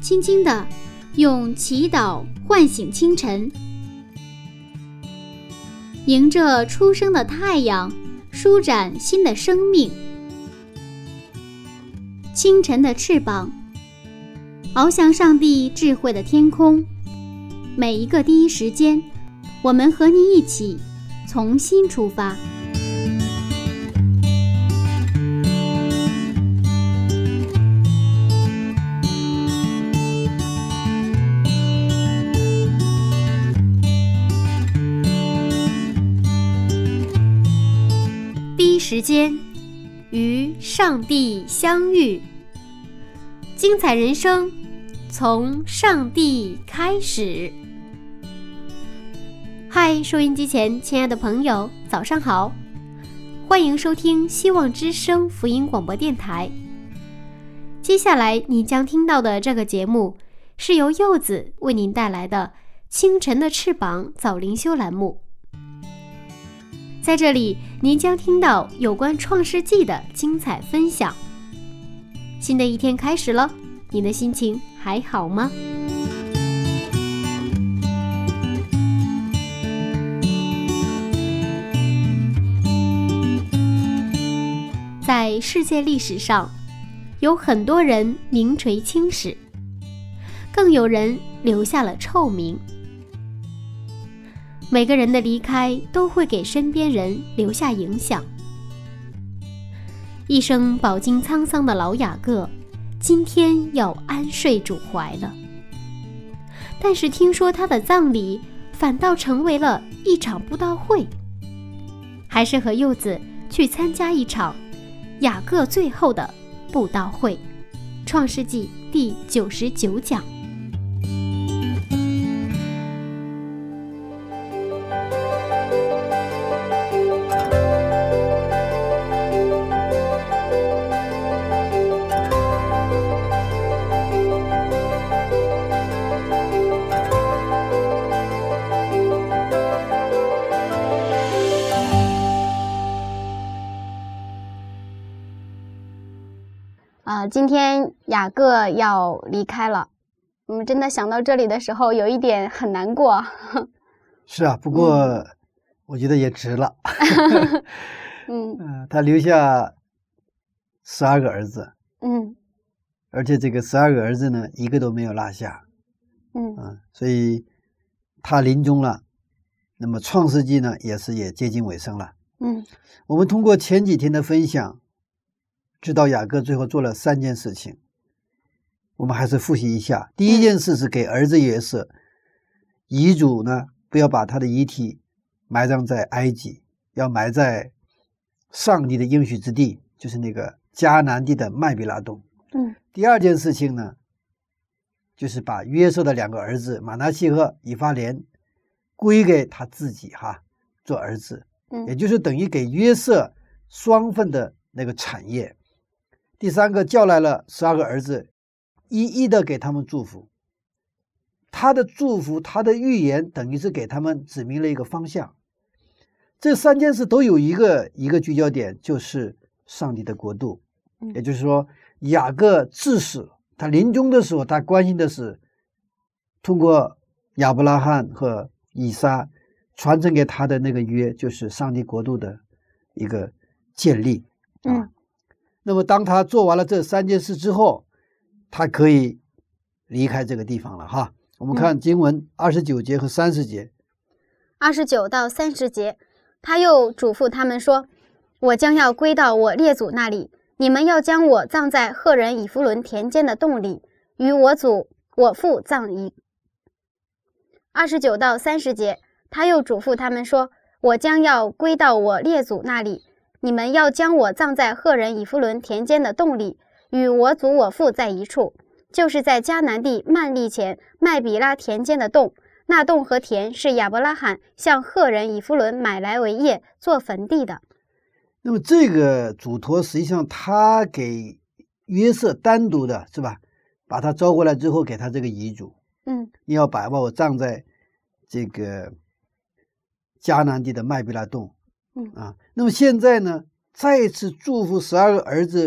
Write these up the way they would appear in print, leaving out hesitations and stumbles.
轻轻地用祈祷唤醒清晨，迎着初升的太阳，舒展新的生命。清晨的翅膀翱翔上帝智慧的天空，每一个第一时间，我们和你一起从新出发。第一时间与上帝相遇，精彩人生从上帝开始。嗨，收音机前亲爱的朋友，早上好，欢迎收听希望之声福音广播电台。接下来你将听到的这个节目是由柚子为您带来的清晨的翅膀早灵修栏目。在这里您将听到有关创世纪的精彩分享。新的一天开始了，你的心情还好吗？在世界历史上，有很多人名垂青史，更有人留下了臭名。每个人的离开都会给身边人留下影响。一生饱经沧桑的老雅各，今天要安睡主怀了。但是听说他的葬礼反倒成为了一场布道会，还是和柚子去参加一场雅各最后的布道会。创世纪第99讲。今天雅各要离开了，真的想到这里的时候有一点很难过。 是啊，不过我觉得也值了。他留下12个儿子，而且这个12个儿子呢，一个都没有落下。所以他临终了，那么创世纪呢也接近尾声了。我们通过前几天的分享知道雅各最后做了3件事情，我们还是复习一下。第一件事是给儿子约瑟遗嘱呢，不要把他的遗体埋葬在埃及，要埋在上帝的应许之地，就是那个迦南地的麦比拉洞。第二件事情呢，就是把约瑟的2个儿子马拿西和以法莲归给他自己做儿子，也就是等于给约瑟双份的那个产业。第三个，叫来了12个儿子，一一的给他们祝福。他的祝福，他的预言，等于是给他们指明了一个方向。这3件事都有一个聚焦点，就是上帝的国度。也就是说，雅各至死，他临终的时候，他关心的是通过亚伯拉罕和以撒传承给他的那个约，就是上帝国度的一个建立。那么当他做完了这3件事之后，他可以离开这个地方了我们看经文29节和30节。 29到30节，他又嘱咐他们说：我将要归到我列祖那里，你们要将我葬在赫人以弗伦田间的洞里，与我祖我父葬一。29到30节，他又嘱咐他们说：我将要归到我列祖那里，你们要将我葬在赫人以弗伦田间的洞里，与我祖我父在一处，就是在迦南地曼利前麦比拉田间的洞。那洞和田是亚伯拉罕向赫人以弗伦买来为业，做坟地的。 那么这个嘱托实际上他给约瑟单独的是吧，把他招过来之后给他这个遗嘱，你要把我葬在这个迦南地的麦比拉洞。那么现在呢，再次祝福12个儿子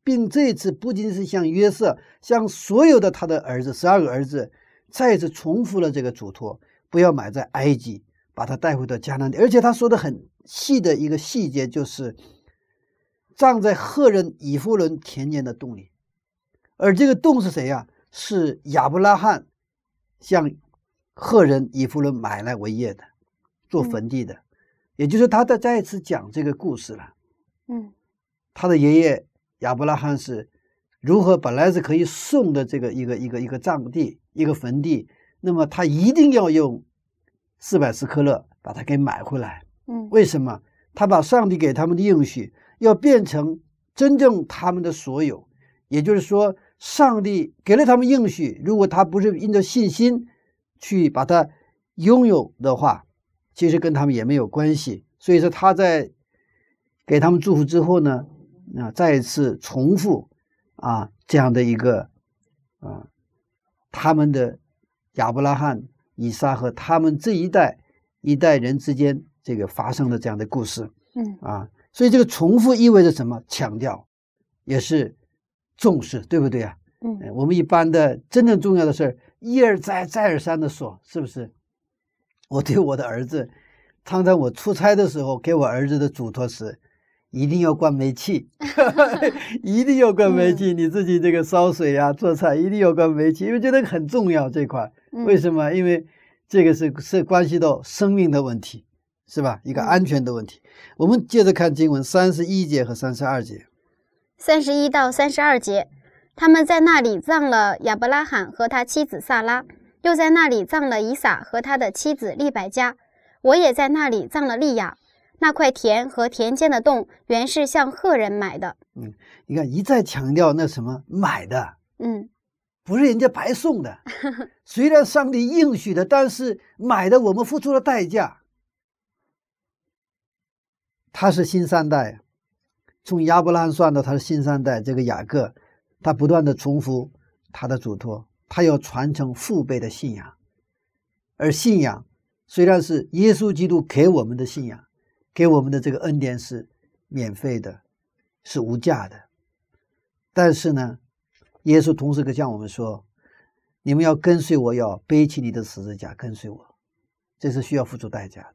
并这次不仅是向约瑟，向所有的他的儿子12个儿子再次重复了这个嘱托，不要埋在埃及，把他带回到迦南地。而且他说的很细的一个细节，就是葬在赫人以弗伦田间的洞里。而这个洞是谁呀？是亚伯拉罕向赫人以弗伦买来为业的，做坟地的。也就是他再一次讲这个故事了。他的爷爷亚伯拉罕是如何本来是可以送的这个一个葬地，一个坟地，那么他一定要用400斯克勒把它给买回来。为什么？他把上帝给他们的应许要变成真正他们的所有。也就是说，上帝给了他们应许，如果他不是因着信心去把它拥有的话，其实跟他们也没有关系。所以说他在给他们祝福之后呢，再一次重复这样的一个他们的亚伯拉罕、以撒和他们这一代人之间这个发生的这样的故事。所以这个重复意味着什么？强调，也是重视，对不对啊？我们一般的真正重要的事一而再再而三的说，是不是？我对我的儿子，常常我出差的时候给我儿子的嘱托是一定要关煤气一定要关煤气，你自己这个烧水啊做菜一定要关煤气，因为觉得很重要这块。为什么？因为这个是关系到生命的问题，是吧？一个安全的问题。我们接着看经文31节和32节。 31到32节，他们在那里葬了亚伯拉罕和他妻子撒拉，又在那里葬了以撒和他的妻子利百加。我也在那里葬了利亚。那块田和田间的洞原是向赫人买的。 你看一再强调那什么买的，不是人家白送的。虽然上帝应许的，但是买的我们付出了代价。他是新3代，从亚伯拉罕算到他是新3代。这个雅各他不断的重复他的嘱托，他要传承父辈的信仰。而信仰虽然是耶稣基督给我们的信仰，给我们的这个恩典是免费的，是无价的，但是呢，耶稣同时向我们说，你们要跟随我，要背起你的十字架跟随我，这是需要付出代价的。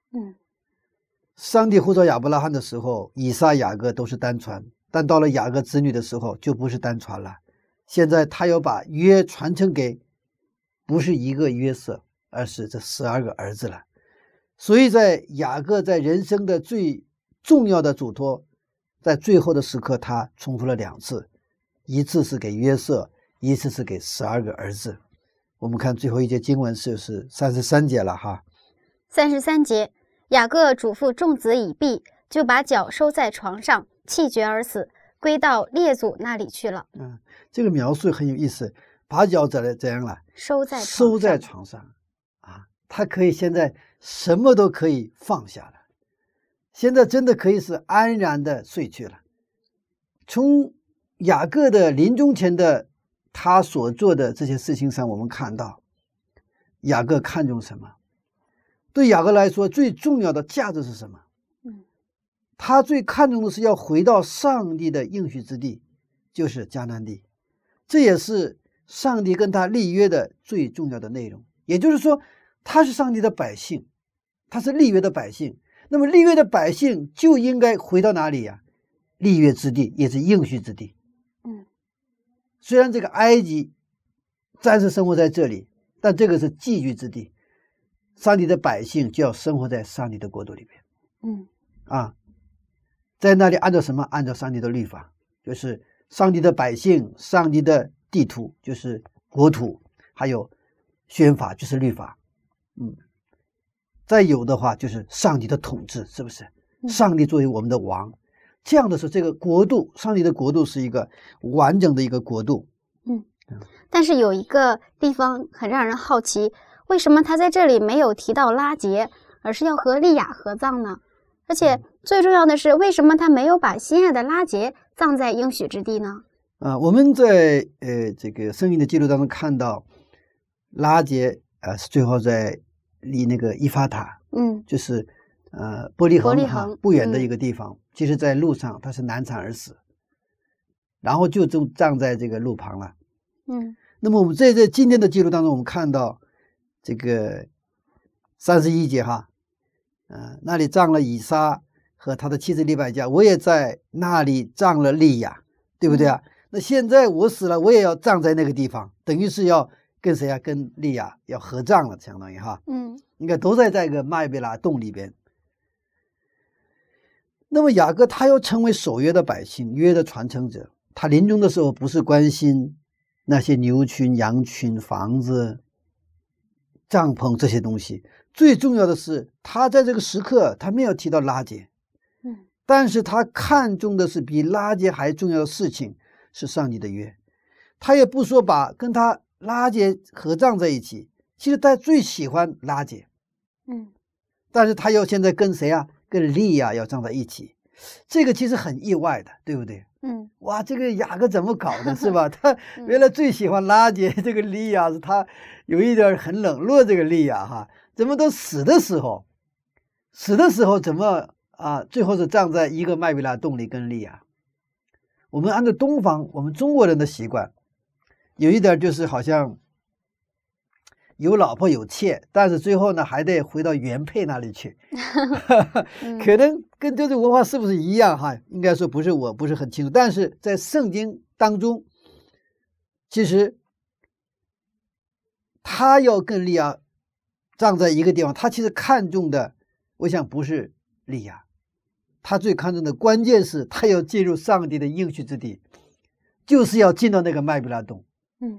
上帝呼召亚伯拉罕的时候，以撒、雅各都是单传，但到了雅各子女的时候就不是单传了。现在他要把约传承给不是一个约瑟，而是这12个儿子了。所以在雅各在人生的最重要的嘱托，在最后的时刻他重复了2次，一次是给约瑟，一次是给12个儿子。我们看最后一节经文是33节了哈。 33节，雅各嘱咐众子已毕，就把脚收在床上，气绝而死，归到列祖那里去了。 这个描述很有意思，把脚怎样了？ 收在床上他可以现在什么都可以放下了，现在真的可以是安然的睡去了。从雅各的临终前的他所做的这些事情上，我们看到雅各看重什么？对雅各来说最重要的价值是什么？他最看重的是要回到上帝的应许之地，就是迦南地。这也是上帝跟他立约的最重要的内容。也就是说，他是上帝的百姓，他是立约的百姓。那么立约的百姓就应该回到哪里呀？立约之地，也是应许之地。虽然这个埃及暂时生活在这里，但这个是寄居之地。上帝的百姓就要生活在上帝的国度里边。在那里按照什么？按照上帝的律法，就是上帝的百姓，上帝的地图就是国土，还有宣法就是律法。再有的话就是上帝的统治，是不是？上帝作为我们的王，这样的时候，这个国度，上帝的国度是一个完整的一个国度。 但是有一个地方很让人好奇，为什么他在这里没有提到拉结，而是要和利亚合葬呢？而且最重要的是，为什么他没有把心爱的拉结葬在应许之地呢？ 我们在这个圣经的记录当中看到，拉结是最后在离那个以法塔，就是伯利恒不远的一个地方。其实在路上他是难产而死。 然后就葬在这个路旁了。那么我们在今天的记录当中，我们看到这个31节哈，那里葬了以撒和他的妻子利百加，我也在那里葬了利亚，对不对啊？那现在我死了，我也要葬在那个地方，等于是要跟谁啊？跟利亚要合葬了，相当于哈，应该都在这个麦比拉洞里边。那么雅各他要成为守约的百姓，约的传承者。他临终的时候不是关心那些牛群、羊群、房子、帐篷这些东西，最重要的是他在这个时刻他没有提到拉结，但是他看重的是比拉结还重要的事情，是上帝的约。他也不说把跟他拉结合葬在一起，其实他最喜欢拉结，但是他要现在跟谁啊？跟利亚要葬在一起，这个其实很意外的，对不对？哇，这个雅各怎么搞的，是吧？他原来最喜欢拉结这个利亚，是他有一点很冷落这个利亚哈，怎么都死的时候怎么最后是葬在一个麦比拉洞里跟利亚。我们按照我们中国人的习惯，有一点就是好像有老婆有妾，但是最后呢还得回到原配那里去可能跟这种文化是不是一样哈？应该说不是，我不是很清楚。但是在圣经当中，其实他要跟利亚葬在一个地方，他其实看重的我想不是利亚，他最看重的关键是他要进入上帝的应许之地，就是要进到那个麦比拉洞。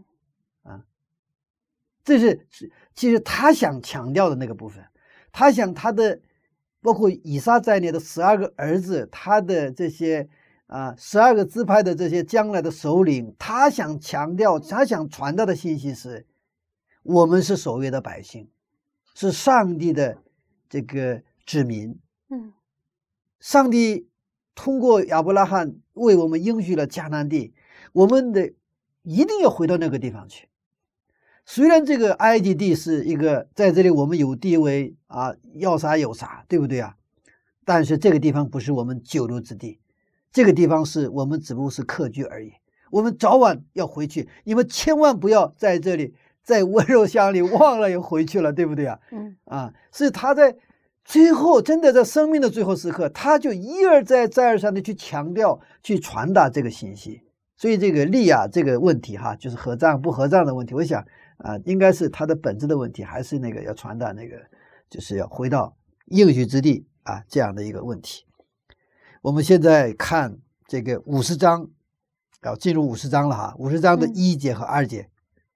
这是其实他想强调的那个部分。他想他的包括以撒在内的12个儿子，他的这些12个支派的这些将来的首领，他想强调，他想传达的信息是，我们是守约的百姓，是上帝的这个子民。上帝通过亚伯拉罕为我们应许了迦南地，我们一定要回到那个地方去。虽然这个埃及地是一个在这里我们有地位要啥有啥，对不对啊？但是这个地方不是我们久留之地，这个地方是我们只不过是客居而已。我们早晚要回去，你们千万不要在这里在温柔乡里忘了又回去了，对不对啊？是他在最后真的在生命的最后时刻，他就一而再再而三的去强调，去传达这个信息。所以这个利亚这个问题哈，就是合葬不合葬的问题，我想应该是它的本质的问题，还是那个要传达那个就是要回到应许之地这样的一个问题。我们现在看这个50章，要进入50章了哈，50章的1节和2节。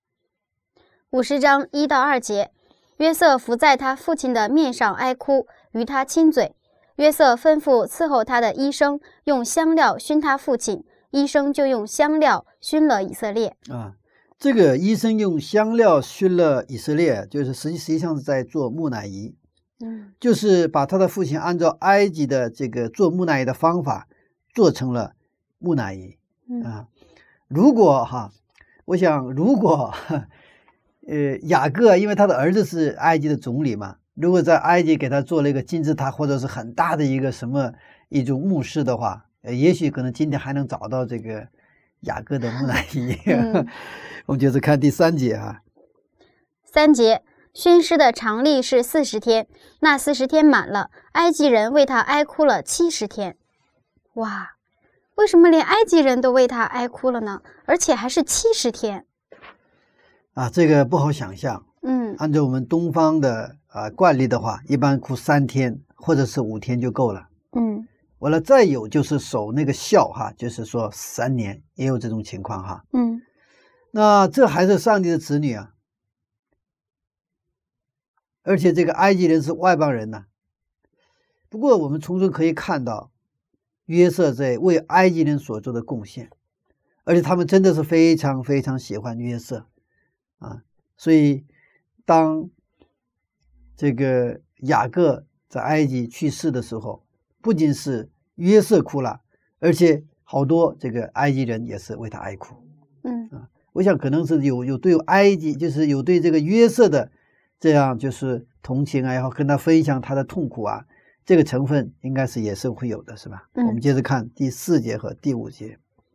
50章1到2节，约瑟伏在他父亲的面上哀哭，与他亲嘴。约瑟吩咐伺候他的医生用香料熏他父亲，医生就用香料熏了以色列。 这个医生用香料熏了以色列，就是实际上是在做木乃伊，就是把他的父亲按照埃及的这个做木乃伊的方法做成了木乃伊。如果我想如果雅各因为他的儿子是埃及的总理嘛，如果在埃及给他做了一个金字塔或者是很大的一个一种墓室的话，也许可能今天还能找到这个雅各的木乃伊。我们接着看第3节 3节，熏尸的常例是40天，那40天满了，埃及人为他哀哭了70天。哇，为什么连埃及人都为他哀哭了呢？而且还是70天这个不好想象。按照我们东方的惯例的话，一般哭3天或者是5天就够了。完了再有就是守那个孝就是说3年，也有这种情况那这还是上帝的子女而且这个埃及人是外邦人不过我们从中可以看到约瑟在为埃及人所做的贡献，而且他们真的是非常非常喜欢约瑟所以当这个雅各在埃及去世的时候，不仅是约瑟哭了，而且好多这个埃及人也是为他哀哭。我想可能是有对埃及，就是有对这个约瑟的这样就是同情也好，跟他分享他的痛苦这个成分应该是也是会有的，是吧？我们接着看第4节和第5节。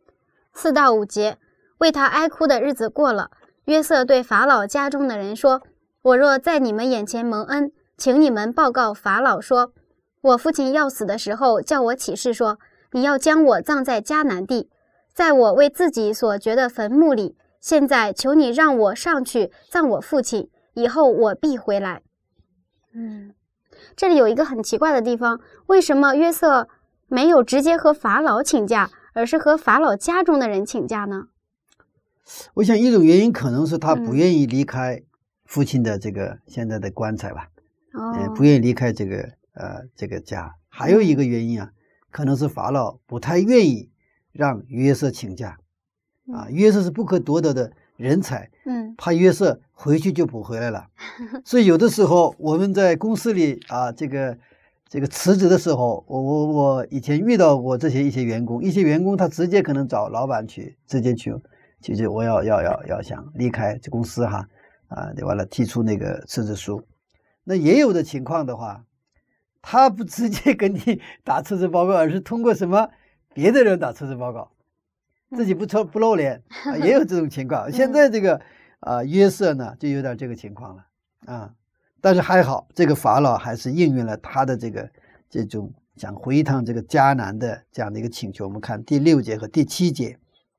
4到5节，为他哀哭的日子过了，约瑟对法老家中的人说：我若在你们眼前蒙恩，请你们报告法老说，我父亲要死的时候叫我起誓说，你要将我葬在迦南地，在我为自己所掘的坟墓里。现在求你让我上去葬我父亲，以后我必回来。这里有一个很奇怪的地方，为什么约瑟没有直接和法老请假，而是和法老家中的人请假呢？ 我想一种原因可能是他不愿意离开父亲的这个现在的棺材吧，不愿意离开这个家。还有一个原因啊，可能是法老不太愿意让约瑟请假啊，约瑟是不可多得的人才，怕约瑟回去就不回来了。所以有的时候我们在公司里啊，这个辞职的时候，我以前遇到过一些员工他直接可能找老板直接去我要想离开这公司哈啊，完了提出那个辞职书。那也有的情况的话，他不直接跟你打辞职报告，而是通过什么别的人打辞职报告，自己不露脸啊，也有这种情况。现在这个约瑟呢就有点这个情况了啊，但是还好，这个法老还是应允了他的这种想回一趟这个迦南的这样的一个请求。我们看第6节和第7节。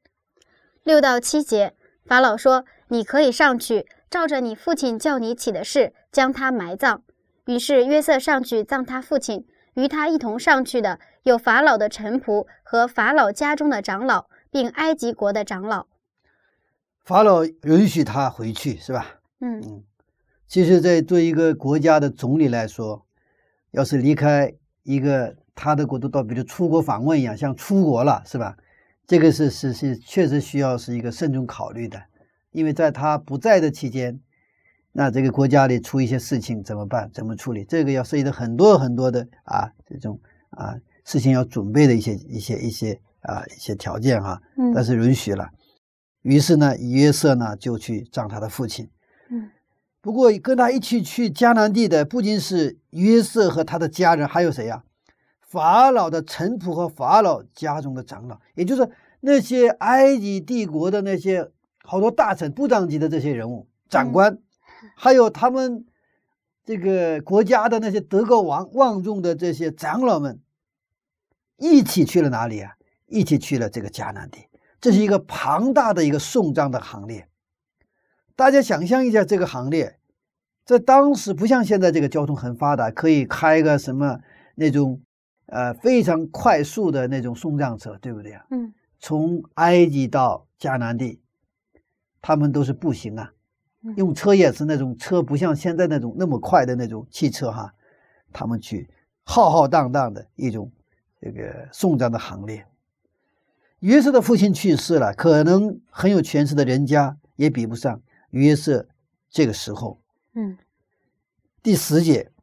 6到7节，法老说：你可以上去，照着你父亲叫你起的事，将他埋葬。于是约瑟上去葬他父亲，与他一同上去的有法老的臣仆和法老家中的长老，并埃及国的长老。 法老允许他回去是吧？其实在对一个国家的总理来说，要是离开一个他的国度，到比如出国访问一样，像出国了是吧？这个是确实需要是一个慎重考虑的，因为在他不在的期间，那这个国家里出一些事情怎么办？怎么处理？这个要涉及到很多很多的这种事情要准备的一些条件哈。但是允许了，于是呢，约瑟呢就去葬他的父亲。不过跟他一起去迦南地的不仅是约瑟和他的家人，还有谁呀？法老的臣仆和法老家中的长老，也就是那些埃及帝国的那些好多大臣、部长级的这些人物、长官，还有他们这个国家的那些德高望重的这些长老们，一起去了哪里啊？一起去了这个迦南地。这是一个庞大的一个送葬的行列。大家想象一下这个行列，在当时不像现在这个交通很发达，可以开个什么那种非常快速的那种送葬车，对不对啊？从埃及到迦南地，他们都是步行啊，用车也是那种车，不像现在那种那么快的那种汽车哈，他们去浩浩荡荡的一种这个送葬的行列。约瑟的父亲去世了，可能很有权势的人家也比不上约瑟这个时候。第10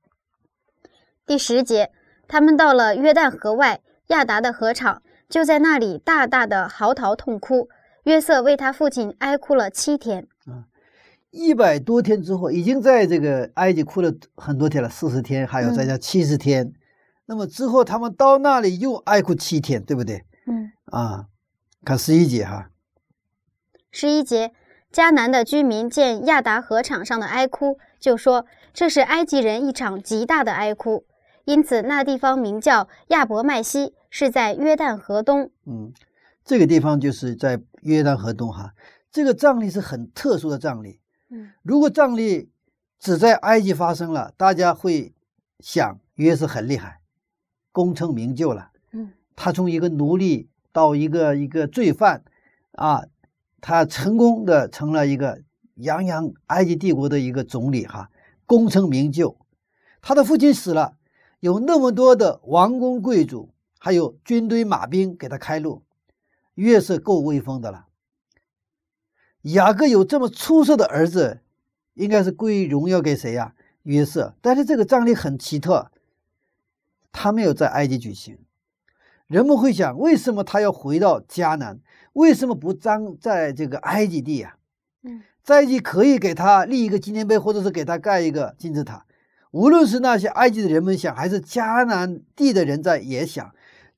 节，他们到了约旦河外亚达的河场，就在那里大大的嚎啕痛哭。约瑟为他父亲哀哭了7天。100多天之后，已经在这个埃及哭了很多天了，40天，还有再加70天。那么之后他们到那里又哀哭7天，对不对？看11节哈。11节，迦南的居民见亚达河场上的哀哭，就说这是埃及人一场极大的哀哭，因此那地方名叫亚伯麦西，是在约旦河东。这个地方就是在约旦河东哈。这个葬礼是很特殊的葬礼。如果葬礼只在埃及发生了，大家会想约瑟很厉害，功成名就了。他从一个奴隶到一个罪犯他成功的成了一个泱泱埃及帝国的一个总理哈，功成名就。他的父亲死了，有那么多的王公贵族，还有军队马兵给他开路，约瑟够威风的了。雅各有这么出色的儿子，应该是归荣耀给谁呀？约瑟。但是这个葬礼很奇特，他没有在埃及举行。人们会想，为什么他要回到迦南？为什么不葬在这个埃及地啊？在埃及可以给他立一个纪念碑，或者是给他盖一个金字塔。无论是那些埃及的人们想，还是迦南地的人也想，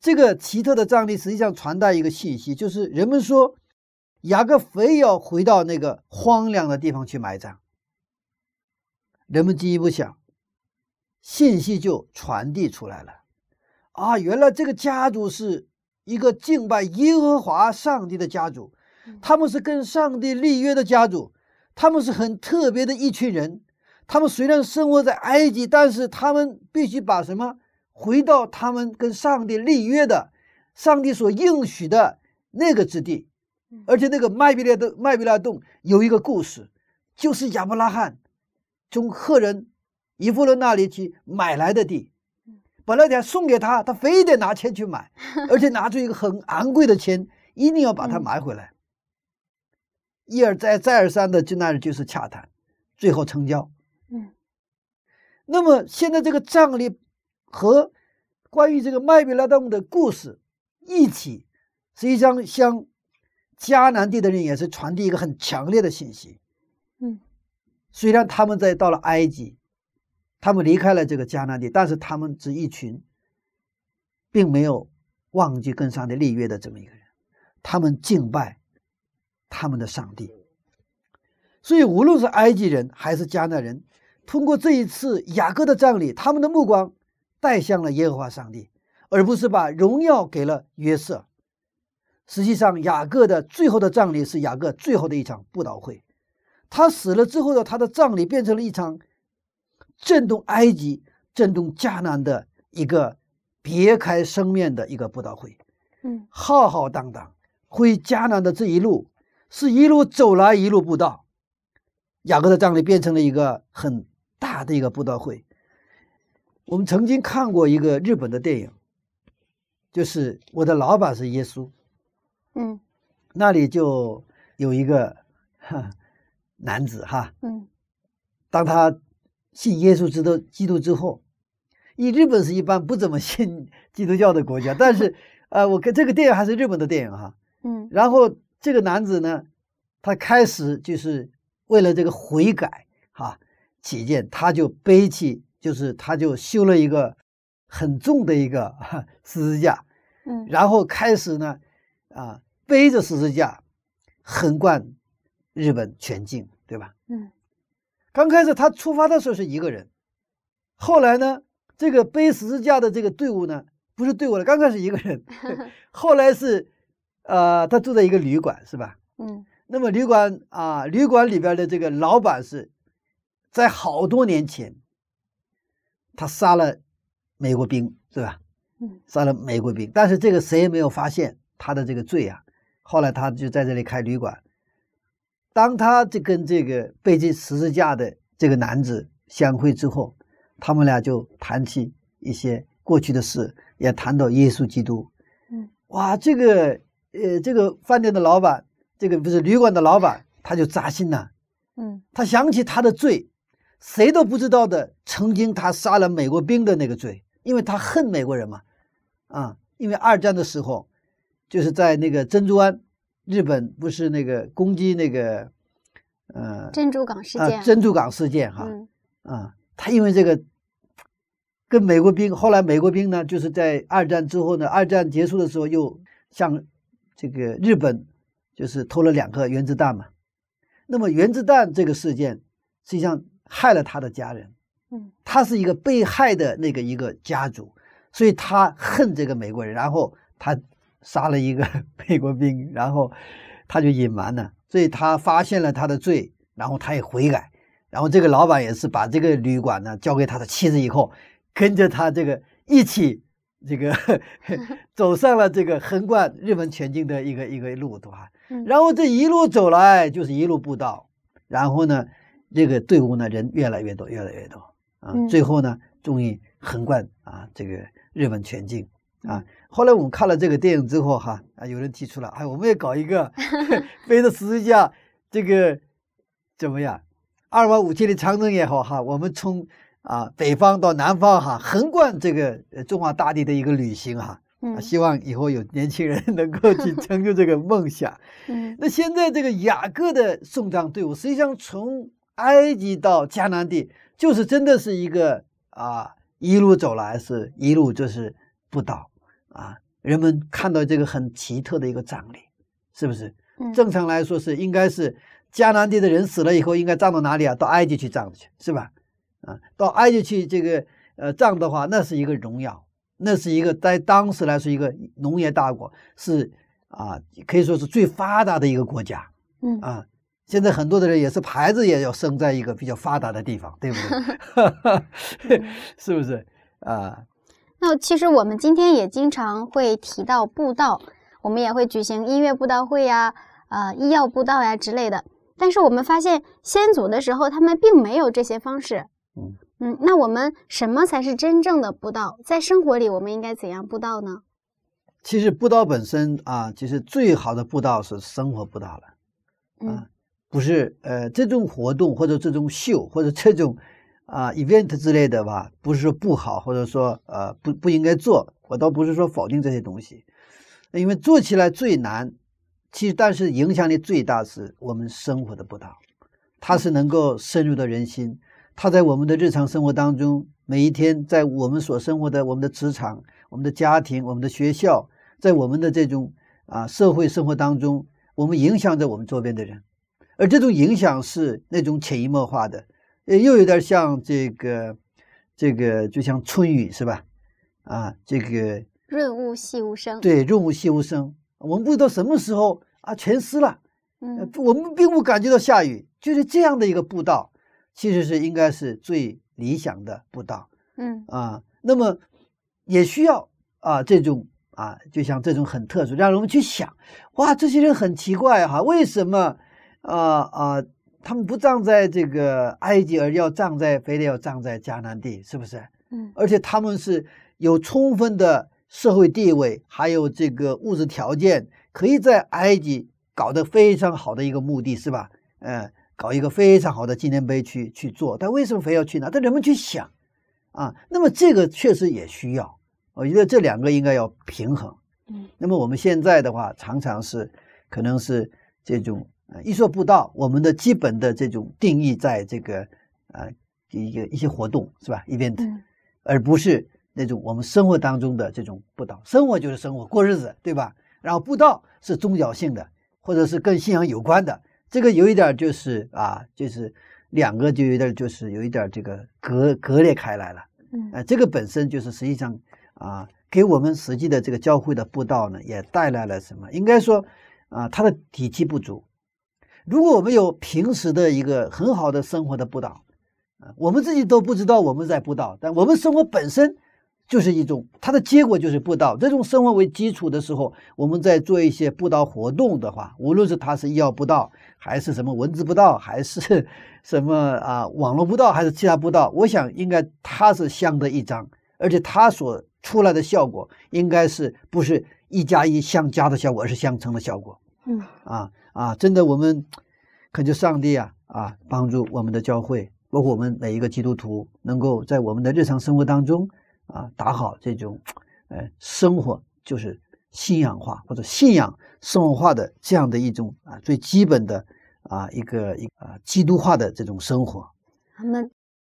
这个奇特的葬礼实际上传达一个信息，就是人们说雅各非要回到那个荒凉的地方去埋葬。人们进一步想，信息就传递出来了啊，原来这个家族是一个敬拜耶和华上帝的家族，他们是跟上帝立约的家族，他们是很特别的一群人。他们虽然生活在埃及，但是他们必须把什么回到他们跟上帝立约的上帝所应许的那个之地。而且那个麦比拉洞有一个故事，就是亚伯拉罕从赫人以弗伦那里去买来的地，本来得送给他，他非得拿钱去买，而且拿出一个很昂贵的钱，一定要把它买回来。一而再再而三的就那里就是洽谈，最后成交。那么现在这个葬礼和关于这个麦比拉洞的故事一起，实际上向迦南地的人也是传递一个很强烈的信息。虽然他们到了埃及，他们离开了这个迦南地，但是他们是一群并没有忘记跟上帝立约的这么一个人，他们敬拜他们的上帝。所以无论是埃及人还是迦南人，通过这一次雅各的葬礼，他们的目光带向了耶和华上帝，而不是把荣耀给了约瑟。实际上雅各的最后的葬礼是雅各最后的一场布道会，他死了之后的他的葬礼变成了一场震动埃及震动迦南的一个别开生面的一个布道会。浩浩荡荡回迦南的这一路是一路走来一路布道，雅各的葬礼变成了一个很大的一个布道会。我们曾经看过一个日本的电影，就是我的老板是耶稣。那里就有一个男子当他信耶稣基督之后，日本是一般不怎么信基督教的国家，但是我跟这个电影还是日本的电影然后这个男子呢，他开始就是为了这个悔改起见，他就背起，就是他就修了一个很重的一个十字架，然后开始呢背着十字架横贯日本全境，对吧？刚开始他出发的时候是一个人，后来呢，这个背十字架的这个队伍呢，不是队伍了，刚开始一个人，后来是他住在一个旅馆，是吧？那么旅馆里边的这个老板是在好多年前他杀了美国兵，是吧？杀了美国兵，但是这个谁也没有发现他的这个罪后来他就在这里开旅馆。当他跟这个背着十字架的这个男子相会之后，他们俩就谈起一些过去的事，也谈到耶稣基督。哇，这个饭店的老板，这个不是旅馆的老板，他就扎心了。他想起他的罪，谁都不知道的，曾经他杀了美国兵的那个罪，因为他恨美国人嘛。因为二战的时候，就是在那个珍珠湾，日本不是那个攻击那个珍珠港事件， 珍珠港事件他因为这个跟美国兵，后来美国兵呢，就是在二战之后呢，二战结束的时候又向这个日本就是投了2颗原子弹嘛。那么原子弹这个事件实际上害了他的家人，他是一个被害的一个家族，所以他恨这个美国人，然后他杀了一个美国兵，然后他就隐瞒了，所以他发现了他的罪，然后他也悔改，然后这个老板也是把这个旅馆呢交给他的妻子以后，跟着他这个一起这个走上了这个横贯日本全境的一个路，对吧？然后这一路走来就是一路布道，然后呢这个队伍呢人越来越多最后呢终于横贯这个日本全境后来我们看了这个电影之后有人提出了我们也搞一个背着十字架这个怎么样，2万5千里长征也好我们从北方到南方横贯这个中华大地的一个旅行希望以后有年轻人能够去成就这个梦想。那现在这个雅各的送葬队伍实际上从埃及到迦南地，就是真的是一个一路走来是一路就是布道人们看到这个很奇特的一个葬礼，是不是？正常来说是应该是迦南地的人死了以后应该葬到哪里啊？到埃及去葬去，是吧？到埃及去这个葬的话，那是一个荣耀，那是一个在当时来说一个农业大国，是可以说是最发达的一个国家。现在很多的人也是孩子也要生在一个比较发达的地方，对不对？是不是那其实我们今天也经常会提到布道，我们也会举行音乐布道会呀、医药布道呀之类的。但是我们发现先祖的时候他们并没有这些方式。那我们什么才是真正的布道？在生活里我们应该怎样布道呢？ 其实布道本身其实最好的布道是生活布道了。不是这种活动或者这种秀或者这种event 之类的吧，不是说不好，或者说不应该做，我倒不是说否定这些东西，因为做起来最难，其实但是影响力最大是我们生活的布道，它是能够深入到人心，它在我们的日常生活当中，每一天在我们所生活的我们的职场、我们的家庭、我们的学校，在我们的这种社会生活当中，我们影响着我们周边的人，而这种影响是那种潜移默化的，又有点像这个就像春雨是吧？这个润物细无声。 对，润物细无声。我们不知道什么时候全湿了，我们并不感觉到下雨，就是这样的一个布道，其实是应该是最理想的布道。那么也需要这种就像这种很特殊，让我们去想，哇，这些人很奇怪为什么他们不葬在这个埃及，而非得要葬在迦南地，是不是？而且他们是有充分的社会地位，还有这个物质条件，可以在埃及搞得非常好的一个墓地，是吧？搞一个非常好的纪念碑去做，但为什么非要去呢？但人们去想那么这个确实也需要，我觉得这两个应该要平衡。那么我们现在的话，常常是可能是这种一说布道，我们的基本的这种定义在这个一些活动是吧？event，而不是那种我们生活当中的这种布道。生活就是生活，过日子，对吧？然后布道是宗教性的，或者是跟信仰有关的，这个有一点就是就是两个就有一点这个割裂开来了。这个本身就是实际上给我们实际的这个教会的布道呢，也带来了什么？应该说它的底气不足。如果我们有平时的一个很好的生活的布道，我们自己都不知道我们在布道，但我们生活本身就是一种，它的结果就是布道。这种生活为基础的时候，我们在做一些布道活动的话，无论是它是医药布道，还是什么文字布道，还是什么网络布道，还是其他布道，我想应该它是相得益彰，而且它所出来的效果应该是不是1+1相加的效果，而是相乘的效果。真的，我们恳求上帝帮助我们的教会，包括我们每一个基督徒，能够在我们的日常生活当中打好这种生活就是信仰化或者信仰生活化的这样的一种最基本的一个基督化的这种生活。 阿们。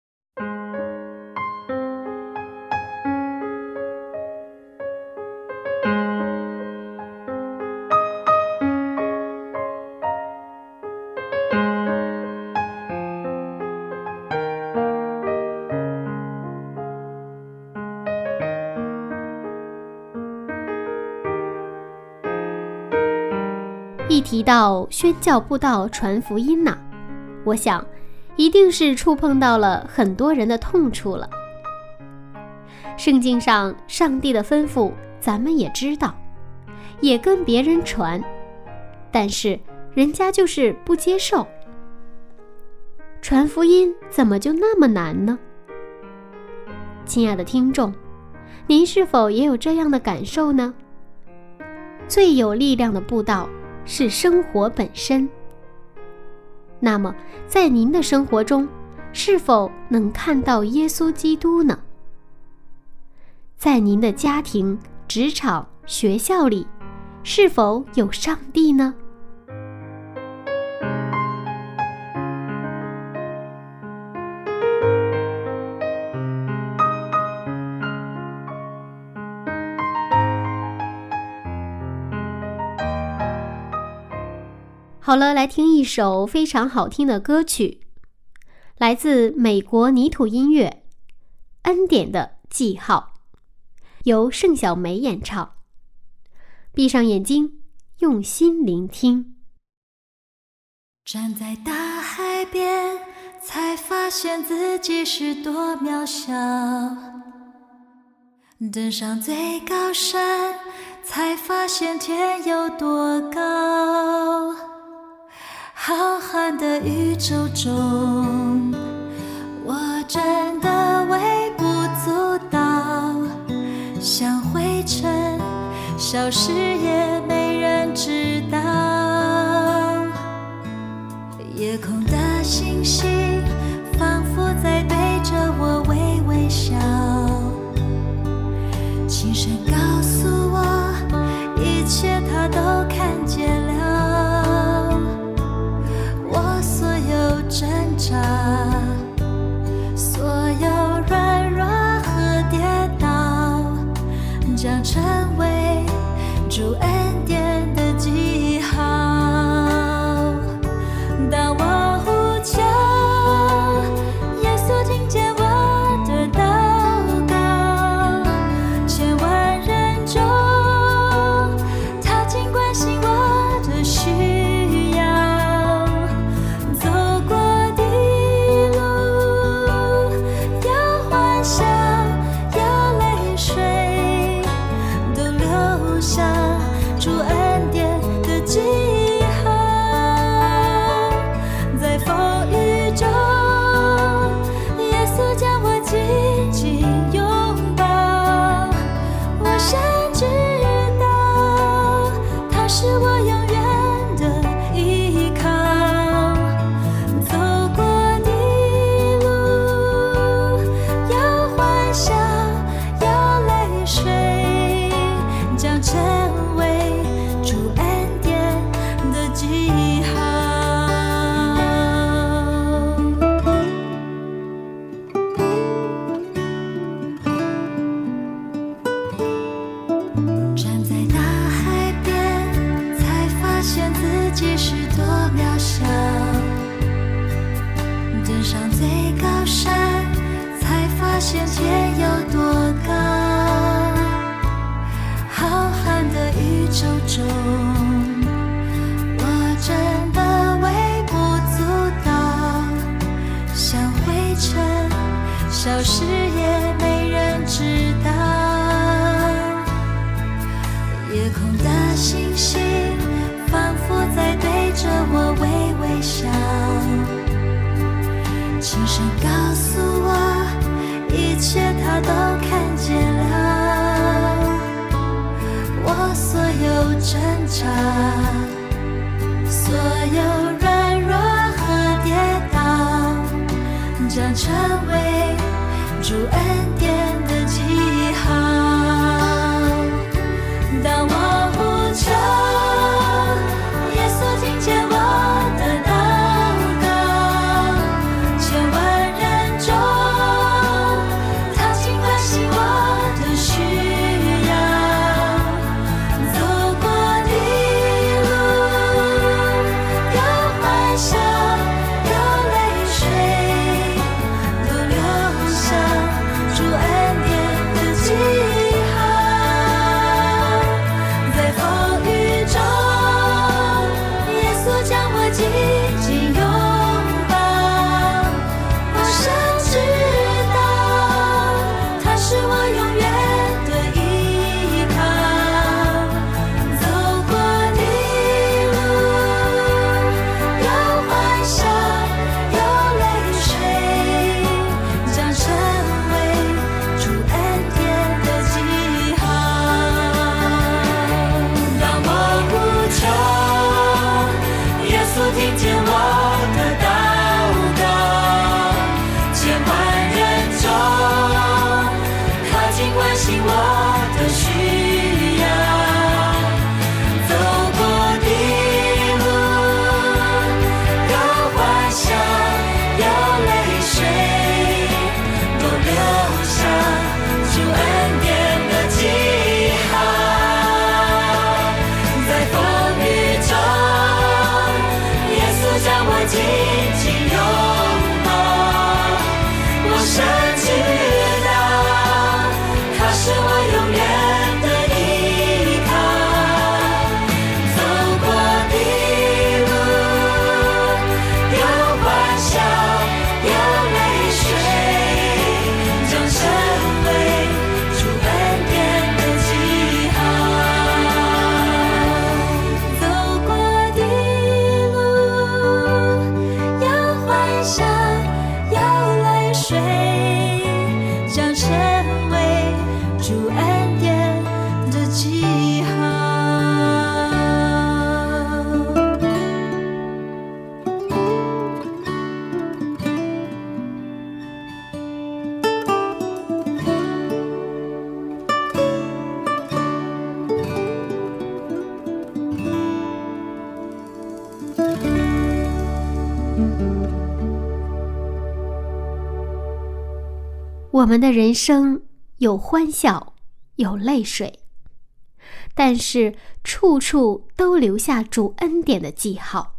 一提到宣教布道传福音我想一定是触碰到了很多人的痛处了。圣经上上帝的吩咐咱们也知道，也跟别人传，但是人家就是不接受。传福音怎么就那么难呢？亲爱的听众，您是否也有这样的感受呢？最有力量的布道是生活本身。那么在您的生活中，是否能看到耶稣基督呢？在您的家庭、职场、学校里，是否有上帝呢？ 好了，来听一首非常好听的歌曲，来自美国泥土音乐《恩典的记号》，由盛小梅演唱。闭上眼睛，用心聆听。 站在大海边，才发现自己是多渺小，登上最高山，才发现天有多高。浩瀚的宇宙中，我真的微不足道，像灰尘消失也没人知道。夜空的星星仿佛在对着我微微笑，轻声告诉我，一切它都看见了。我所有挣扎，所有软弱和跌倒，将成为主恩典的记号。当我呼求，耶稣听见我的祷告，千万人中，他尽关心我的需要。走过的路，有欢笑，有泪水，都留下主恩典的记号。在风雨中，耶稣将我紧紧拥抱，我深知道他是我永远的依靠。走过的路，有欢笑，有泪水，将成为主恩典的记号。站在大海边，才发现自己是多渺小，登上最高山，才发现天有多高。浩瀚的宇宙中，我真的微不足道，像灰尘消失也没人知道。夜空的星星仿佛在对着我微微笑，轻声告诉我，一切他都看见了。我所有挣扎，所有软弱和跌倒，将成为主恩典的记号。当我呼求，耶稣听见我的祷告，千万人中，他尽关心我的需要。走过的路，有欢笑，有泪水，都留下主恩典的记号。在风雨中，耶稣将我们的人生有欢笑，有泪水，但是处处都留下主恩典的记号。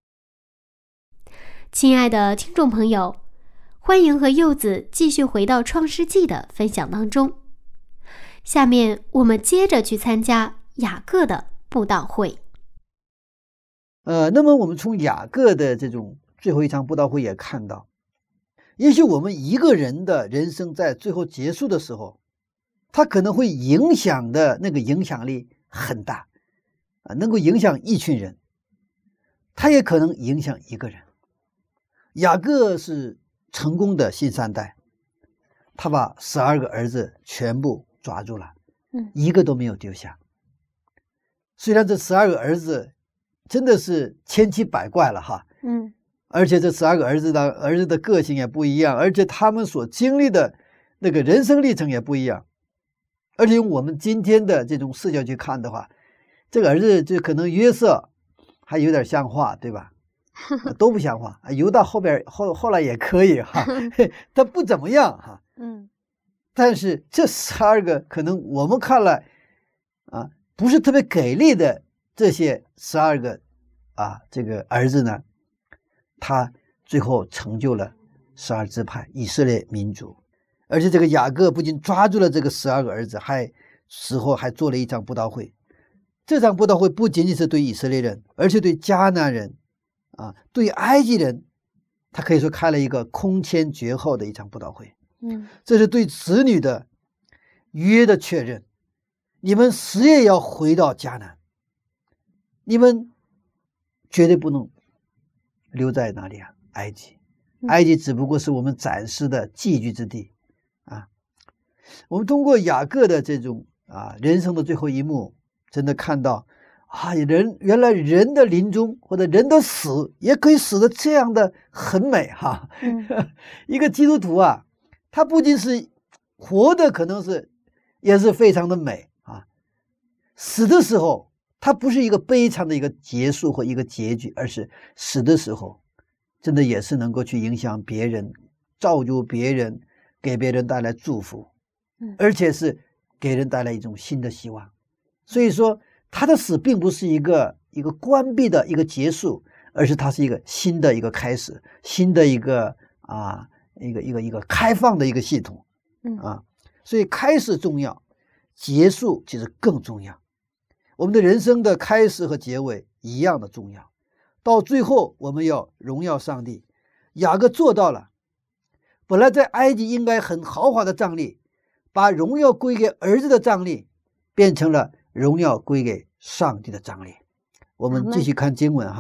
亲爱的听众朋友，欢迎和柚子继续回到创世纪的分享当中。下面我们接着去参加雅各的布道会。 那么我们从雅各的这种最后一场布道会也看到，也许我们一个人的人生在最后结束的时候，他可能会影响的那个影响力很大，能够影响一群人，他也可能影响一个人。雅各是成功的新三代，他把12个儿子全部抓住了，一个都没有丢下。虽然这12个儿子真的是千奇百怪了哈，而且这12个儿子的个性也不一样，而且他们所经历的那个人生历程也不一样。而且用我们今天的这种视角去看的话，这个儿子就可能约瑟还有点像话，对吧？都不像话，犹大后来也可以哈，他不怎么样哈。但是这12个可能我们看来不是特别给力的这些12个这个儿子呢，他最后成就了12支派以色列民族。而且这个雅各不仅抓住了这个12个儿子，死后还做了一场布道会。这场布道会不仅仅是对以色列人，而且对迦南人对埃及人，他可以说开了一个空前绝后的一场布道会。这是对子女的约的确认，你们死也要回到迦南，你们绝对不能留在哪里埃及。埃及只不过是我们暂时的寄居之地我们通过雅各的这种人生的最后一幕，真的看到原来人的临终或者人的死也可以死得这样的很美哈。一个基督徒他不仅是活的可能也是非常的美死的时候他不是一个悲惨的一个结束或一个结局，而是死的时候真的也是能够去影响别人，造就别人，给别人带来祝福，而且是给人带来一种新的希望。所以说他的死并不是一个关闭的一个结束，而是它是一个新的一个开始，新的一个一个开放的一个系统所以开始重要，结束其实更重要。我们的人生的开始和结尾一样的重要，到最后我们要荣耀上帝。雅各做到了，本来在埃及应该很豪华的葬礼，把荣耀归给儿子的葬礼变成了荣耀归给上帝的葬礼。我们继续看经文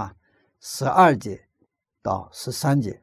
12节到13节。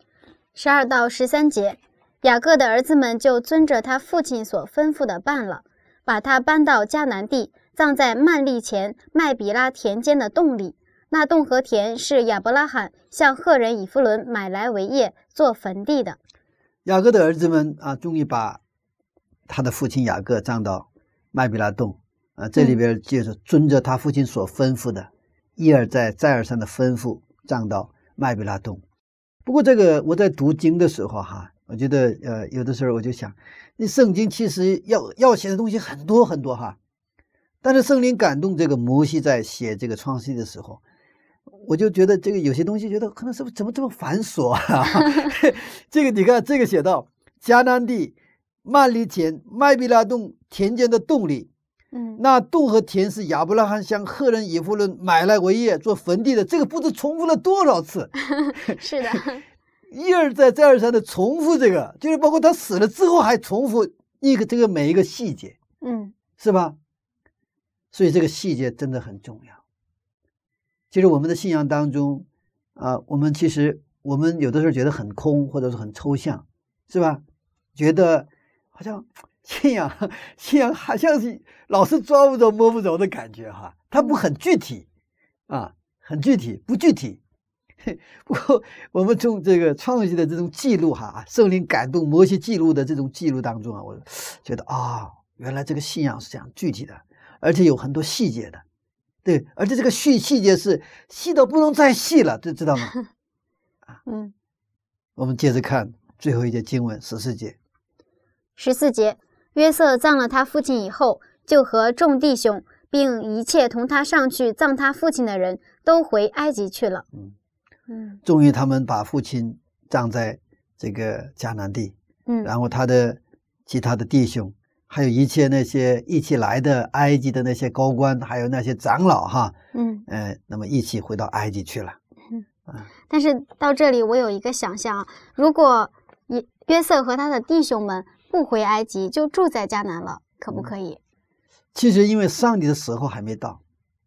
12到13节，雅各的儿子们就遵着他父亲所吩咐的办了，把他搬到迦南地，葬在幔利前麦比拉田间的洞里。那洞和田是亚伯拉罕向赫人以弗伦买来为业，做坟地的。 雅各的儿子们终于把他的父亲雅各葬到麦比拉洞这里边就是遵着他父亲所吩咐的，一而再再而三的吩咐，葬到麦比拉洞。不过这个我在读经的时候我觉得有的时候我就想，那圣经其实要写的东西很多很多但是圣灵感动这个摩西在写这个创世记的时候，我就觉得这个有些东西觉得可能是怎么这么繁琐这个你看，这个写到迦南地幔利前麦比拉洞田间的洞里，那洞和田是亚伯拉罕向赫人以弗伦买来为业，做坟地的。这个不知重复了多少次是的， 一而再再而三的重复，这个就是包括他死了之后还重复这个每一个细节是吧？所以这个细节真的很重要。其实我们的信仰当中我们有的时候觉得很空，或者是很抽象，是吧？觉得好像信仰好像是老是抓不着摸不着的感觉它不很具体很具体不具体。不过我们从这个创世记的这种记录圣灵感动摩西记录的这种记录当中我觉得原来这个信仰是这样具体的，而且有很多细节的， 对，而且这个细节是细到不能再细了，知道吗？我们接着看最后一节经文14节。 14节，约瑟葬了他父亲以后，就和众弟兄并一切同他上去葬他父亲的人都回埃及去了。 终于他们把父亲葬在这个迦南地，然后他的其他的弟兄，还有一切那些一起来的埃及的那些高官，还有那些长老哈，那么一起回到埃及去了。 但是到这里我有一个想象，如果约瑟和他的弟兄们不回埃及，就住在迦南了，可不可以？ 其实因为上帝的时候还没到，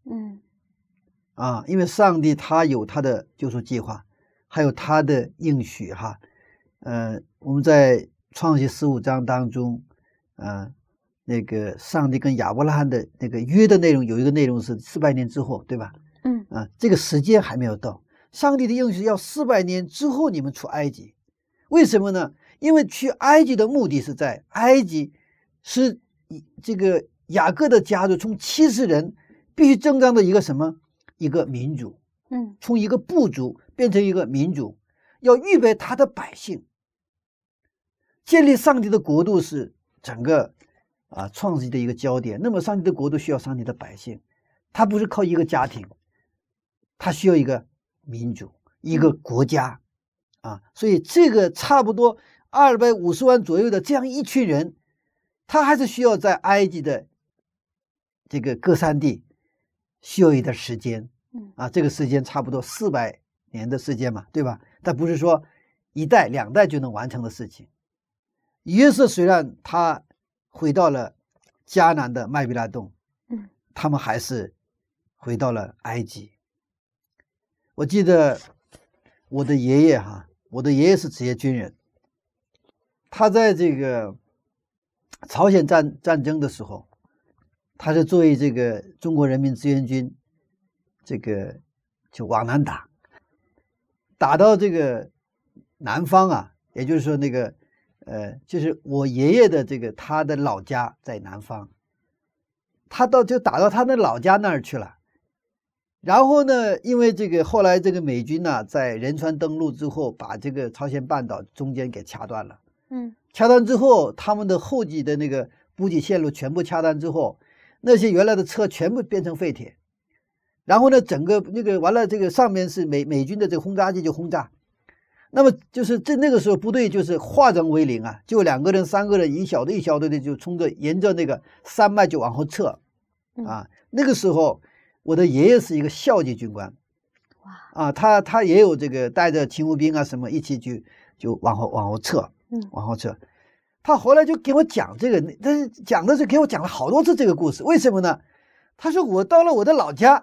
因为上帝他有他的救赎计划，还有他的应许哈。我们在创世15章当中，那个上帝跟亚伯拉罕的那个约的内容，有一个内容是400年之后，对吧？这个时间还没有到，上帝的应许要400年之后你们出埃及。为什么呢？因为去埃及的目的是在埃及是这个雅各的家族从70人必须增长的一个什么？一个民族，从一个部族变成一个民族，要预备他的百姓。建立上帝的国度是整个创世纪的一个焦点。那么上帝的国度需要上帝的百姓，他不是靠一个家庭，他需要一个民族，一个国家所以这个差不多250万左右的这样一群人，他还是需要在埃及的这个各山地需要一点时间这个时间差不多400年的时间嘛，对吧？但不是说1代2代就能完成的事情。约瑟虽然他回到了迦南的麦比拉洞，他们还是回到了埃及。我记得我的爷爷是职业军人，他在这个朝鲜战争的时候，他是作为这个中国人民志愿军，这个就往南打到这个南方也就是说那个就是我爷爷的这个他的老家在南方，他就打到他的老家那儿去了。然后呢，因为这个后来这个美军在仁川登陆之后，把这个朝鲜半岛中间给掐断了。掐断之后，他们的后继的那个补给线路全部掐断之后，那些原来的车全部变成废铁。然后呢，整个那个完了，这个上面是美军的这个轰炸机就轰炸。那么就是那个时候部队就是化整为零就2个人3个人一小队的就冲着沿着那个山脉就往后撤那个时候我的爷爷是一个校级军官他也有这个带着勤务兵什么一起就往后撤往后撤。他后来就给我讲这个，但是讲的是给我讲了好多次这个故事。为什么呢？他说我到了我的老家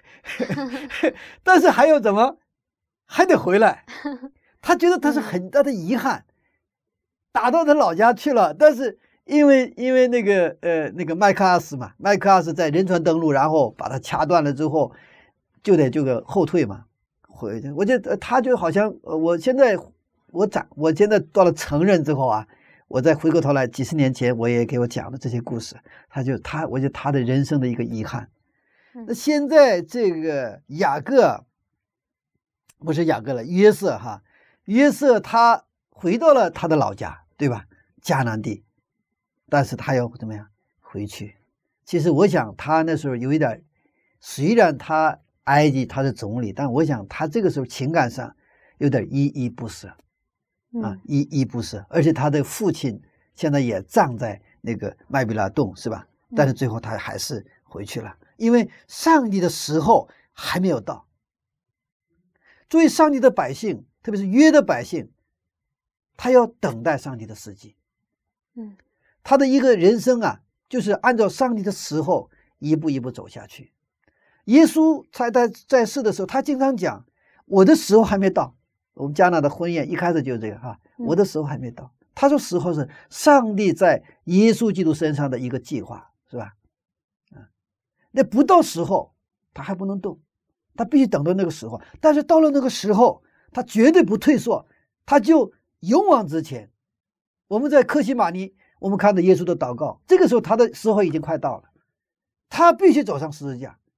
但是还有怎么还得回来，他觉得他是很大的遗憾，打到他老家去了，但是因为那个麦克阿瑟在仁川登陆，然后把他掐断了之后，就得这个后退嘛，回去。我觉得他就好像我现在到了成人之后我再回过头来几十年前我也给我讲的这些故事，我觉得他的人生的一个遗憾。那现在这个不是雅各了，约瑟他回到了他的老家，对吧？迦南地，但是他要怎么样回去？其实我想他那时候有一点，虽然他埃及他是总理，但我想他这个时候情感上有点依依不舍依依不舍。而且他的父亲现在也葬在那个麦比拉洞，是吧？但是最后他还是回去了，因为上帝的时候还没有到。作为上帝的百姓，特别是约的百姓，他要等待上帝的时机。他的一个人生就是按照上帝的时候一步一步走下去。耶稣在世的时候，他经常讲我的时候还没到。我们迦拿的婚宴一开始就是这个我的时候还没到。他说时候是上帝在耶稣基督身上的一个计划，是吧？那不到时候他还不能动，他必须等到那个时候。但是到了那个时候，他绝对不退缩，他就勇往直前。我们在客西马尼，我们看到耶稣的祷告，这个时候他的时候已经快到了，他必须走上十字架。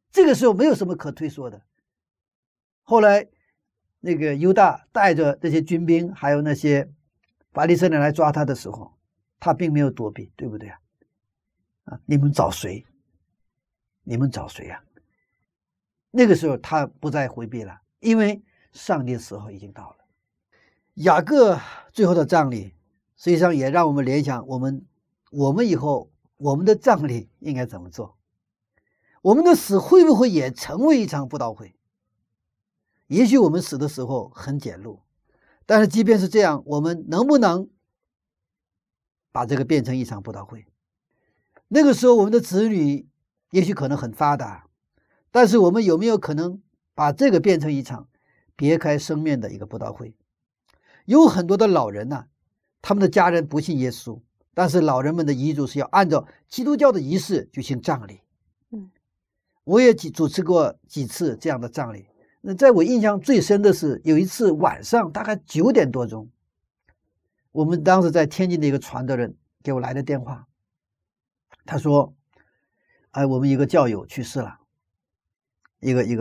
这个时候没有什么可推说的。后来那个犹大带着这些军兵还有那些法利赛人来抓他的时候，他并没有躲避，对不对啊？你们找谁？你们找谁啊？那个时候他不再回避了，因为上帝的时候已经到了。雅各最后的葬礼实际上也让我们联想我们以后我们的葬礼应该怎么做，我们的死会不会也成为一场布道会？也许我们死的时候很简陋，但是即便是这样，我们能不能把这个变成一场布道会？那个时候我们的子女也许可能很发达，但是我们有没有可能把这个变成一场别开生面的一个布道会？有很多的老人啊，他们的家人不信耶稣，但是老人们的遗嘱是要按照基督教的仪式举行葬礼。我也主持过几次这样的葬礼。那在我印象最深的是有一次晚上大概9点多钟，我们当时在天津的一个传道人给我来的电话，他说我们一个教友去世了，一个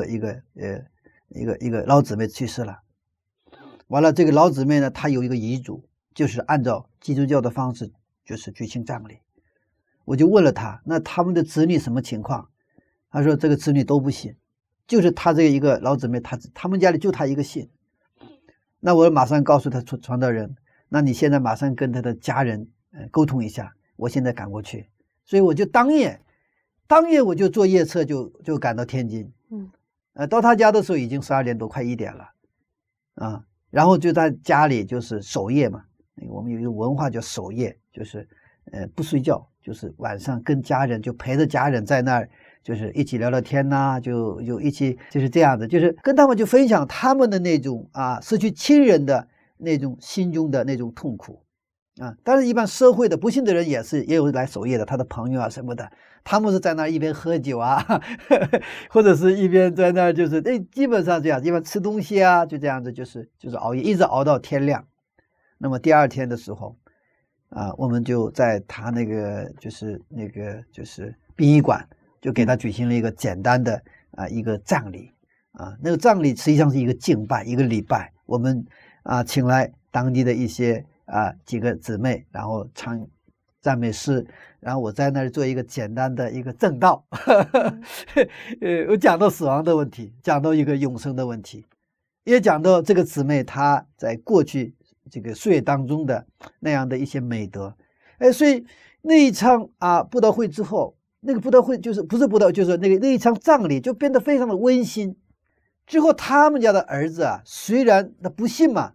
老姊妹去世了。完了这个老姊妹呢，她有一个遗嘱，就是按照基督教的方式就是举行葬礼。我就问了他，那他们的子女什么情况？他说这个子女都不信，就是他这一个老姊妹，他们家里就他一个信。那我马上告诉他传道人，那你现在马上跟他的家人沟通一下，我现在赶过去。所以我就当夜我就坐夜车就赶到天津。到他家的时候已经12点多快1点了啊。然后就在家里就是守夜嘛，我们有一个文化叫守夜，就是不睡觉，就是晚上跟家人就陪着家人在那儿，就是一起聊聊天呐，就一起就是这样的，就是跟他们就分享他们的那种失去亲人的那种心中的那种痛苦啊。但是一般社会的不信的人也有来守夜的，他的朋友啊什么的，他们是在那儿一边喝酒啊或者是一边在那儿就是基本上这样，一般吃东西啊，就这样子，就是熬夜一直熬到天亮。那么第二天的时候我们就在他那个就是殡仪馆就给他举行了一个简单的一个葬礼那个葬礼实际上是一个敬拜，一个礼拜。我们请来当地的一些几个姊妹，然后唱赞美诗，然后我在那儿做一个简单的一个证道我讲到死亡的问题，讲到一个永生的问题，也讲到这个姊妹她在过去这个岁月当中的那样的一些美德。所以那一场布道会之后，那个布道会就是不是布道，就是那一场葬礼就变得非常的温馨。之后他们家的儿子虽然他不信嘛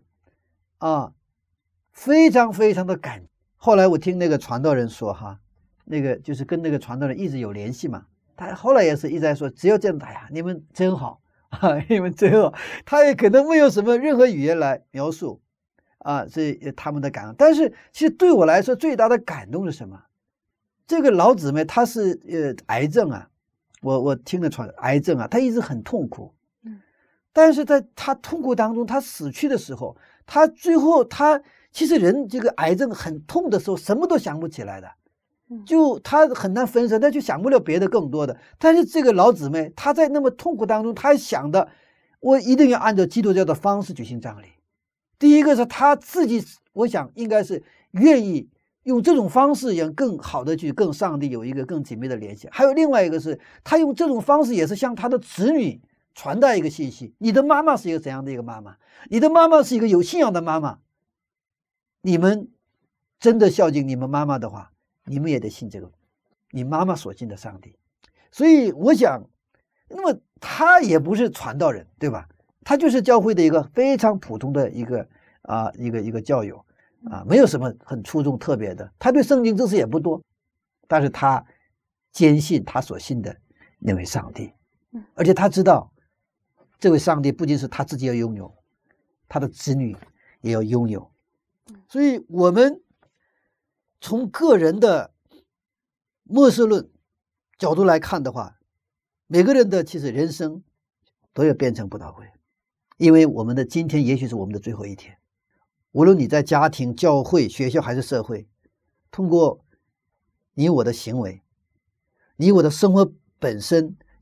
非常非常的感激。后来我听那个传道人说那个就是跟那个传道人一直有联系嘛，他后来也是一直在说，只要见到你们真好你们真好。他也可能没有什么任何语言来描述这他们的感恩。但是其实对我来说最大的感动是什么？这个老姊妹她是癌症我听了传癌症她一直很痛苦，但是在她痛苦当中，她死去的时候，她最后其实人这个癌症很痛的时候什么都想不起来的，就她很难分神，她就想不了别的更多的。但是这个老姊妹她在那么痛苦当中，她想的我一定要按照基督教的方式举行葬礼。第一个是她自己我想应该是愿意用这种方式也更好的去跟上帝有一个更紧密的联系。还有另外一个是她用这种方式也是向她的子女传达一个信息，你的妈妈是一个怎样的一个妈妈，你的妈妈是一个有信仰的妈妈，你们真的孝敬你们妈妈的话，你们也得信这个你妈妈所信的上帝。所以我想那么他也不是传道人，对吧？他就是教会的一个非常普通的一个教友没有什么很出众特别的，他对圣经知识也不多，但是他坚信他所信的那位上帝，而且他知道这位上帝不仅是他自己要拥有，他的子女也要拥有。所以我们从个人的末世论角度来看的话，每个人的其实人生都要变成布道会，因为我们的今天也许是我们的最后一天。无论你在家庭、教会、学校还是社会，通过你我的行为，你我的生活本身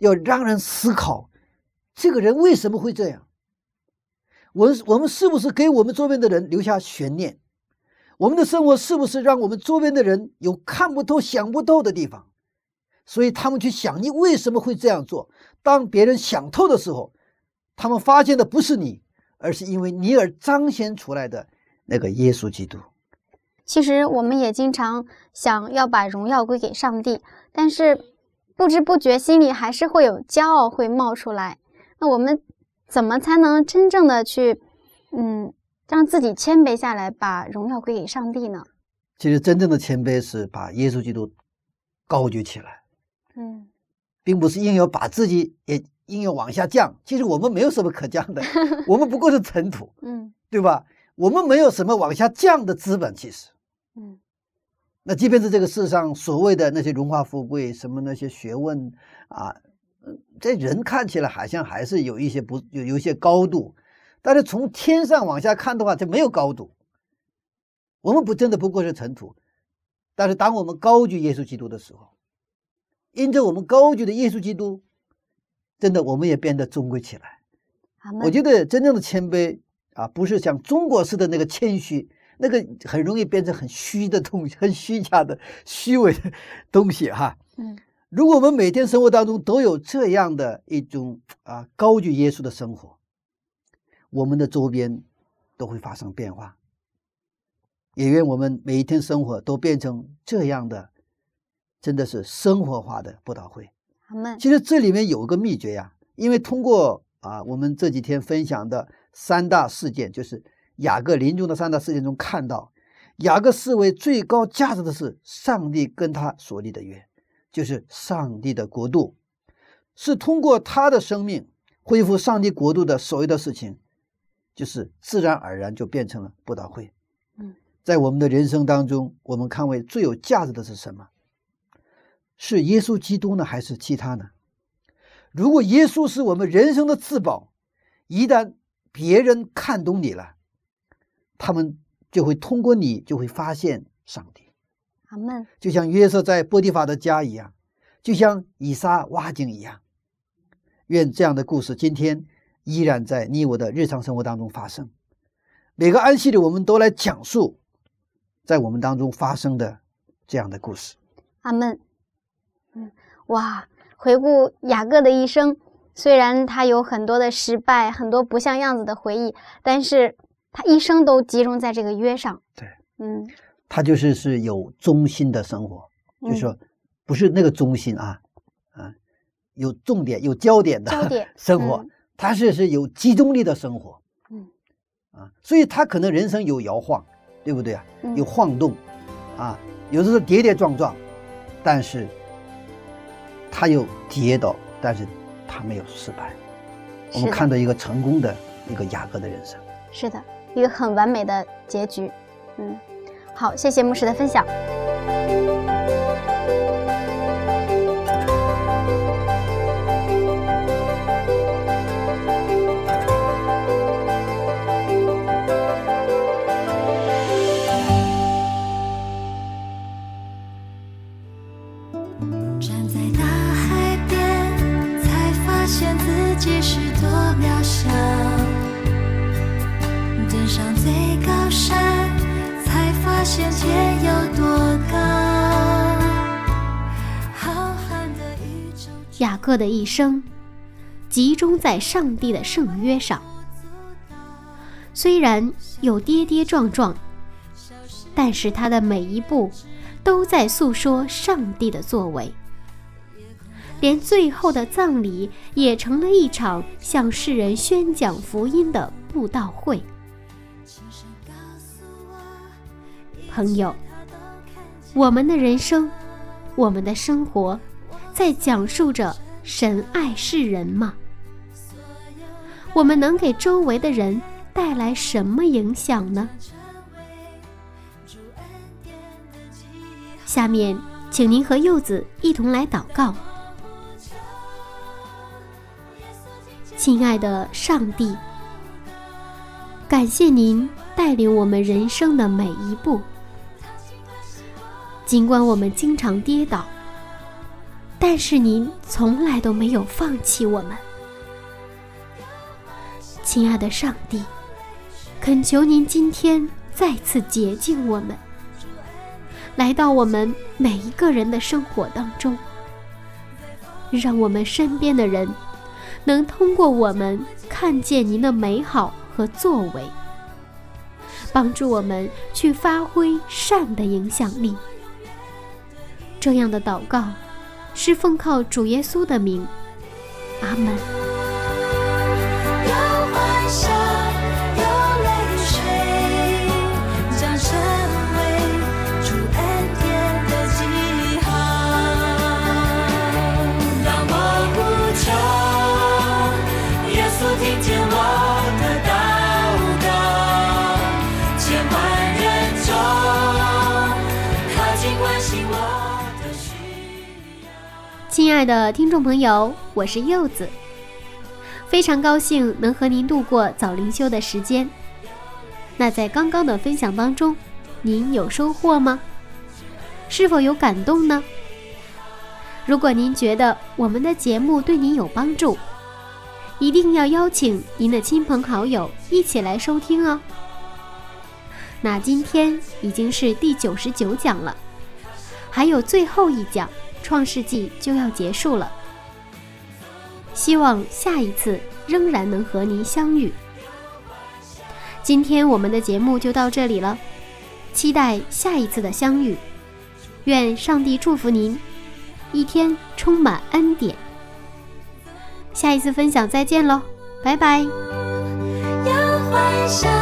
要让人思考，这个人为什么会这样？我们是不是给我们周边的人留下悬念？我们的生活是不是让我们周边的人有看不透、想不透的地方？所以他们去想你为什么会这样做。当别人想透的时候，他们发现的不是你，而是因为你而彰显出来的那个耶稣基督。 其实我们也经常想要把荣耀归给上帝，但是不知不觉心里还是会有骄傲会冒出来。那我们怎么才能真正的去让自己谦卑下来，把荣耀归给上帝呢？ 其实真正的谦卑是把耶稣基督高举起来，并不是硬要把自己也硬要往下降。其实我们没有什么可降的，我们不过是尘土，对吧？我们没有什么往下降的资本，其实，那即便是这个世上所谓的那些荣华富贵，什么那些学问啊，这人看起来好像还是有一些有一些高度，但是从天上往下看的话，就没有高度。我们真的不过是尘土，但是当我们高举耶稣基督的时候，因着我们高举的耶稣基督，真的我们也变得尊贵起来。我觉得真正的谦卑啊，不是像中国式的那个谦虚，那个很容易变成很虚的东西，很虚假的虚伪的东西哈。如果我们每天生活当中都有这样的一种高举耶稣的生活，我们的周边都会发生变化。也愿我们每一天生活都变成这样的，真的是生活化的布道会。其实这里面有个秘诀呀，因为通过我们这几天分享的3大事件，就是雅各临终的3大事件中看到，雅各视为最高价值的是上帝跟他所立的约，就是上帝的国度，是通过他的生命恢复上帝国度的首要的事情，就是自然而然就变成了布道会。在我们的人生当中，我们看为最有价值的是什么？是耶稣基督呢，还是其他呢？如果耶稣是我们人生的至宝，一旦别人看懂你了，他们就会通过你就会发现上帝。 阿们。 就像约瑟在波提法的家一样，就像以撒挖井一样。愿这样的故事今天依然在你我的日常生活当中发生。每个安息日我们都来讲述在我们当中发生的这样的故事。 阿们。哇，回顾雅各的一生，虽然他有很多的失败，很多不像样子的回忆，但是他一生都集中在这个约上。 对，他是有中心的生活，就是说不是那个中心有重点有焦点的生活，他是有集中力的生活。所以他可能人生有摇晃，对不对啊？有晃动有的时候跌跌撞撞，但是他有跌倒，但是他没有失败。我们看到一个成功的一个雅各的人生。 是的，一个很完美的结局。好，谢谢牧师的分享。 站在大海边，才发现自己是多渺小，登上最高山，才发现天有多高。浩瀚的宇宙， 雅各的一生集中在上帝的圣约上，虽然有跌跌撞撞，但是他的每一步都在诉说上帝的作为，连最后的葬礼也成了一场向世人宣讲福音的布道会。朋友，我们的人生，我们的生活，在讲述着神爱世人吗？我们能给周围的人带来什么影响呢？下面请您和柚子一同来祷告。亲爱的上帝，感谢您带领我们人生的每一步，尽管我们经常跌倒， 但是您从来都没有放弃我们。亲爱的上帝，恳求您今天再次洁净我们，来到我们每一个人的生活当中，让我们身边的人能通过我们看见您的美好和作为，帮助我们去发挥善的影响力。这样的祷告是奉靠主耶稣的名，阿们。亲爱的听众朋友，我是柚子，非常高兴能和您度过早灵修的时间。那在刚刚的分享当中，您有收获吗？是否有感动呢？如果您觉得我们的节目对您有帮助，一定要邀请您的亲朋好友一起来收听哦。那今天已经是第99讲了，还有最后一讲创世纪就要结束了，希望下一次仍然能和您相遇。今天我们的节目就到这里了，期待下一次的相遇。愿上帝祝福您，一天充满恩典。下一次分享再见咯，拜拜。要幻想